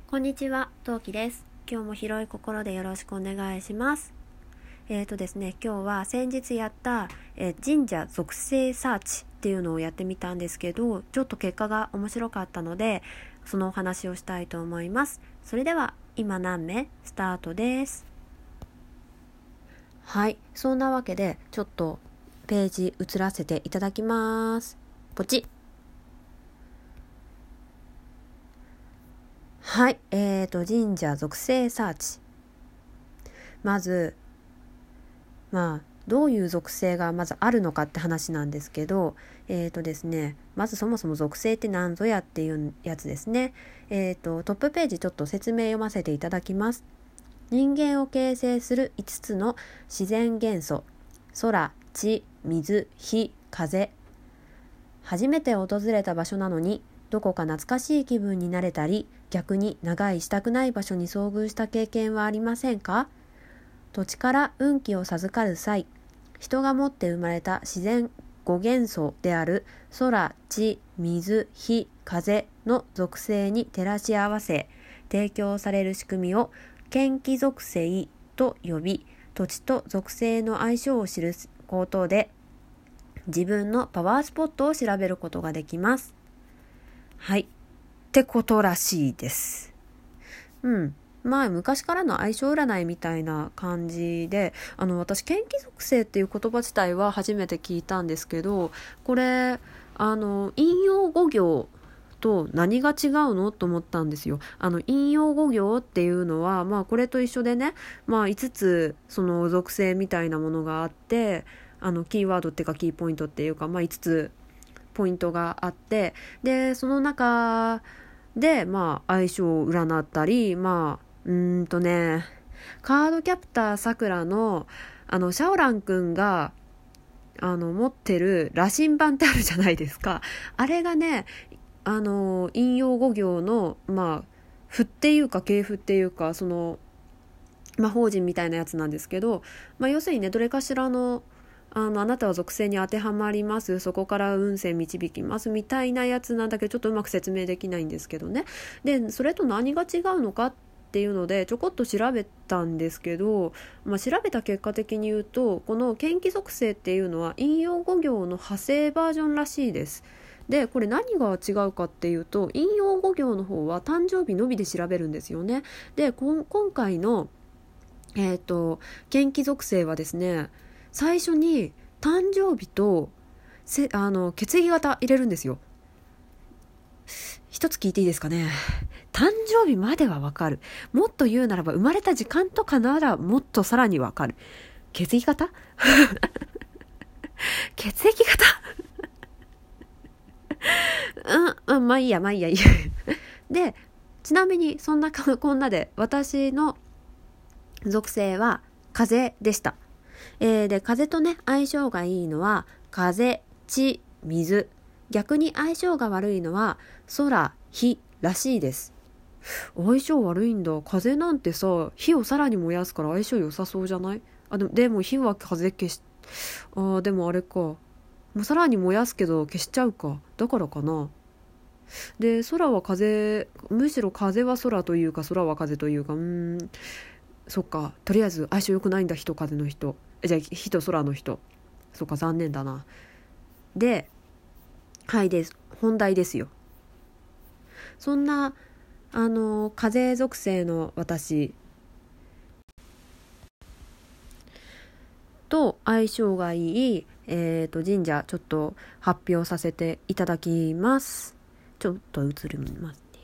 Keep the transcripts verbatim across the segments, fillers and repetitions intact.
こんにちは、トウキです。今日も広い心でよろしくお願いします。えーとですね、今日は先日やった、えー、神社属性サーチっていうのをやってみたんですけど、ちょっと結果が面白かったので、そのお話をしたいと思います。それでは、今何目スタートです。はい、そんなわけで、ちょっとページ移らせていただきます。ポチッ。はい、えーと、神社属性サーチ。まず、まあ、どういう属性がまずあるのかって話なんですけど、えーとですね、まずそもそも属性って何ぞやっていうやつですね。えーと、トップページちょっと説明読ませていただきます。人間を形成するいつつの自然元素、空、地、水、火、風。初めて訪れた場所なのに、どこか懐かしい気分になれたり、逆に長居したくない場所に遭遇した経験はありませんか？土地から運気を授かる際、人が持って生まれた自然五元素である空、地、水、火、風の属性に照らし合わせ、提供される仕組みを権気属性と呼び、土地と属性の相性を知ることで、自分のパワースポットを調べることができます。はい。ってことらしいです。うん。まあ昔からの相性占いみたいな感じで、あの私権気属性っていう言葉自体は初めて聞いたんですけど、これあの引用語行と何が違うのと思ったんですよ。あの引用語行っていうのは、まあこれと一緒でね、まあいつつその属性みたいなものがあって、あのキーワードっていうかキーポイントっていうか、まあいつつポイントがあって、でその中でまあ相性を占ったり、まあうーんとねカードキャプターさくらのあのシャオランくんがあの持ってる羅針盤ってあるじゃないですか。あれがね、あの引用語行のまあ符っていうか系譜っていうか、その魔法陣みたいなやつなんですけど、まあ要するにね、どれかしらのあのあなたは属性に当てはまります、そこから運勢導きますみたいなやつなんだけど、ちょっとうまく説明できないんですけどね。でそれと何が違うのかっていうのでちょこっと調べたんですけど、まあ、調べた結果的に言うと、この権気属性っていうのは引用語行の派生バージョンらしいです。でこれ何が違うかっていうと、引用語行の方は誕生日のみで調べるんですよね。でこ今回のえっと権気属性はですね、最初に誕生日とせあの血液型入れるんですよ。一つ聞いていいですかね。誕生日まではわかる。もっと言うならば生まれた時間とかならもっとさらにわかる。血液型血液型うん、うん、まあいいやまあいいやいいやで、ちなみにそんなこんなで私の属性は風でした。えー、で風とね相性がいいのは風、地、水。逆に相性が悪いのは空、火らしいです。相性悪いんだ。風なんてさ、火をさらに燃やすから相性良さそうじゃない？あでも、でも火は風消しあでもあれか、もうさらに燃やすけど消しちゃうか、だからかな。で空は風、むしろ風は空というか空は風というか、うーんそっか、とりあえず相性良くないんだ、火と風の人。じゃあ火と空の人、そっか残念だな。ではいです、本題ですよ。そんなあの風属性の私と相性がいい、えー、と神社ちょっと発表させていただきます。ちょっと映りますね。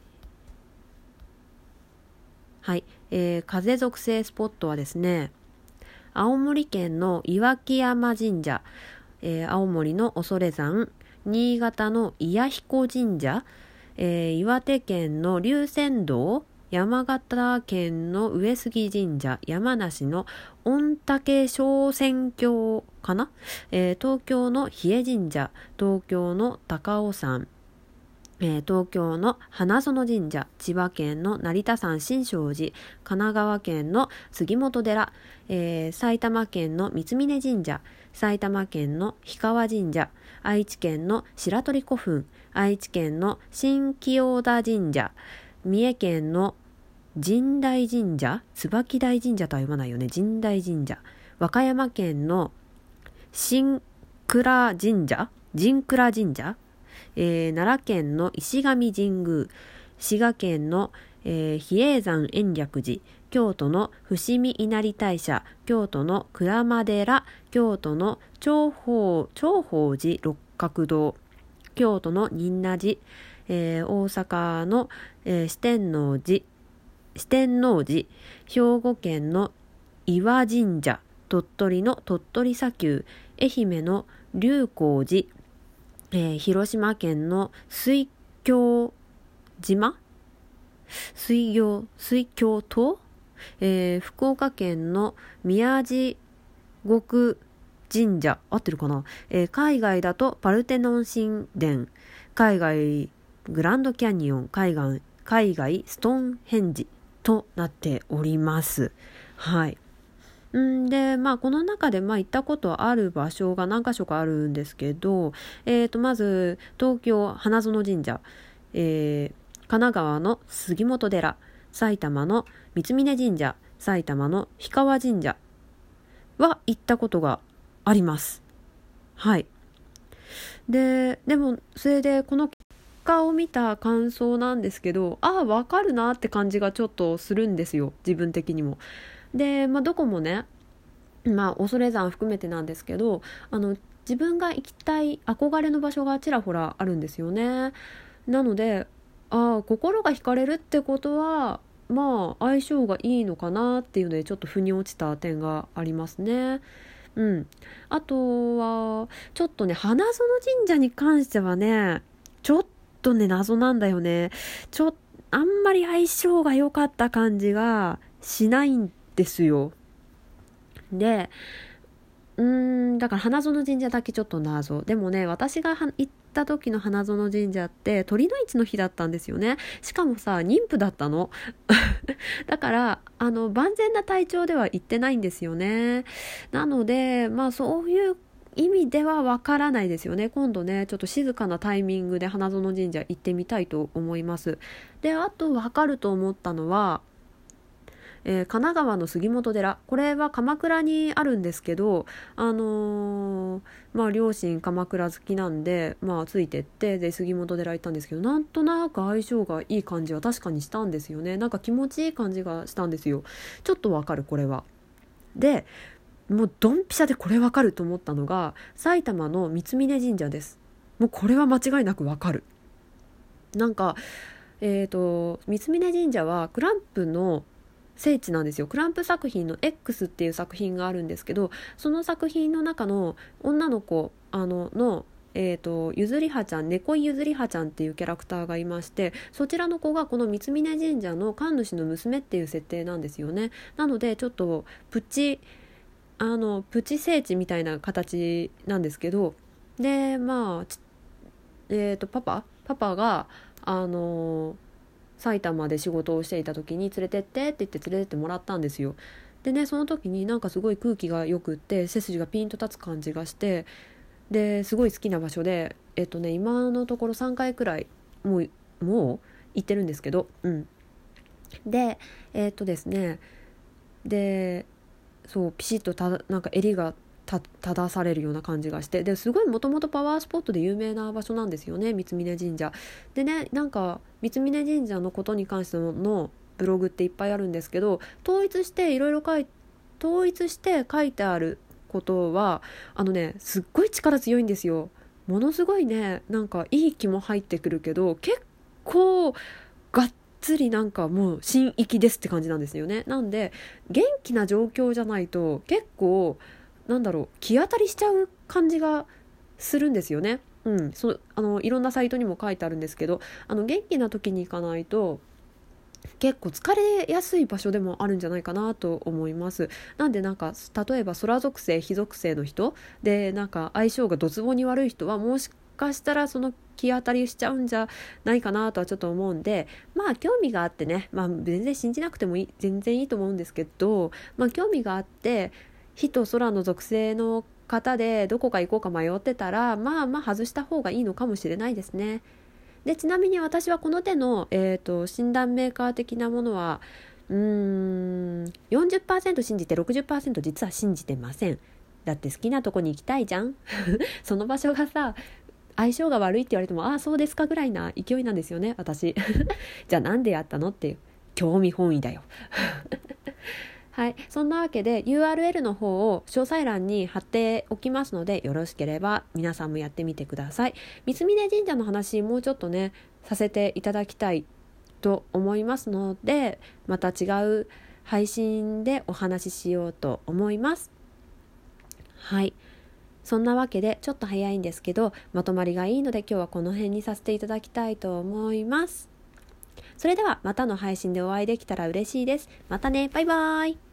はい、えー、風属性スポットはですね、青森県の岩木山神社、えー、青森の恐山、新潟の祖谷彦神社、えー、岩手県の龍泉洞、山形県の上杉神社、山梨の御嶽小仙峡かな、えー、東京の日枝神社、東京の高尾山、えー、東京の花園神社、千葉県の成田山新勝寺、神奈川県の杉本寺、えー、埼玉県の三峯神社、埼玉県の氷川神社、愛知県の白鳥古墳、愛知県の新清田神社、 三重県の神代神社、椿台神社とは読まないよね、神代神社。和歌山県の新倉神社、神倉神社、えー、奈良県の石上神宮、滋賀県の、えー、比叡山延暦寺、京都の伏見稲荷大社、京都の鞍馬寺、京都の長宝、長宝寺六角堂、京都の仁和寺、えー、大阪の、えー、四天王寺、四天王寺、兵庫県の岩神社、鳥取の鳥取砂丘、愛媛の龍光寺、えー、広島県の水郷島、水行水郷島、えー、福岡県の宮地獄神社、合ってるかな、えー、海外だとパルテノン神殿、海外グランドキャニオン、海外海外ストーンヘンジとなっております。はい。んでまあこの中でまあ行ったことある場所が何か所かあるんですけど、えーとまず東京花園神社、えー、神奈川の杉本寺、埼玉の三峯神社、埼玉の氷川神社は行ったことがあります。はい。ででもそれでこの結果を見た感想なんですけど、ああ分かるなって感じがちょっとするんですよ、自分的にも。で、まあ、どこもね、まあ、恐山含めてなんですけど、あの自分が行きたい憧れの場所がちらほらあるんですよね。なのでああ心が惹かれるってことはまあ相性がいいのかなっていうのでちょっと腑に落ちた点がありますね。うん、あとはちょっとね花園神社に関してはねちょっとね謎なんだよね。ちょあんまり相性が良かった感じがしないんですよ。でうーんだから花園神社だけちょっと謎でもね、私が行った時の花園神社って鳥の市の日だったんですよね。しかもさ妊婦だったのだからあの万全な体調では行ってないんですよね。なのでまあそういう意味ではわからないですよね。今度ねちょっと静かなタイミングで花園神社行ってみたいと思います。であとわかると思ったのはえー、神奈川の杉本寺、これは鎌倉にあるんですけど、あのー、まあ両親鎌倉好きなんで、まあついてってで杉本寺行ったんですけど、なんとなく相性がいい感じは確かにしたんですよね。なんか気持ちいい感じがしたんですよ。ちょっとわかるこれは。でもうドンピシャでこれわかると思ったのが埼玉の三峯神社です。もうこれは間違いなくわかる。なんかえーと三峯神社はクランプの聖地なんですよ。クランプ作品の X っていう作品があるんですけど、その作品の中の女の子あののえーとゆずりはちゃん、猫井ゆずりはちゃんっていうキャラクターがいまして、そちらの子がこの三峯神社の神主の娘っていう設定なんですよね。なのでちょっとプチあのプチ聖地みたいな形なんですけど、でまあえーとパパパパがあのー埼玉で仕事をしていた時に連れてってって言って連れてってもらったんですよ。でねその時になんかすごい空気がよくって背筋がピンと立つ感じがして、ですごい好きな場所でえっとね今のところさんかいくらいもうもう行ってるんですけど、うんでえっとですねでそうピシッとたなんか襟がた正されるような感じがして、ですごいもともとパワースポットで有名な場所なんですよね、三峯神社でね。なんか三峯神社のことに関してのブログっていっぱいあるんですけど、統一していろいろ書い統一して書いてあることはあのねすっごい力強いんですよ。ものすごいねなんかいい気も入ってくるけど結構がっつりなんかもう神域ですって感じなんですよね。なんで元気な状況じゃないと結構なんだろう気当たりしちゃう感じがするんですよね。うん、そあのいろんなサイトにも書いてあるんですけど、あの元気な時に行かないと結構疲れやすい場所でもあるんじゃないかなと思います。なんでなんか例えば空属性火属性の人でなんか相性がドツボに悪い人はもしかしたらその気当たりしちゃうんじゃないかなとはちょっと思うんで、まあ興味があってね、まあ全然信じなくてもいい全然いいと思うんですけど、まあ興味があって火と空の属性の方でどこか行こうか迷ってたらまあまあ外した方がいいのかもしれないですね。 でちなみに私はこの手の、えーと、診断メーカー的なものはうーん よんじゅっパーセント 信じて ろくじゅっパーセント 実は信じてません。だって好きなとこに行きたいじゃんその場所がさ相性が悪いって言われてもああそうですかぐらいな勢いなんですよね私じゃあなんでやったのっていう興味本位だよはい、そんなわけで ユーアールエル の方を詳細欄に貼っておきますのでよろしければ皆さんもやってみてください。三峯神社の話もうちょっとねさせていただきたいと思いますのでまた違う配信でお話ししようと思います。はい、そんなわけでちょっと早いんですけどまとまりがいいので今日はこの辺にさせていただきたいと思います。それではまたの配信でお会いできたら嬉しいです。またね、バイバーイ。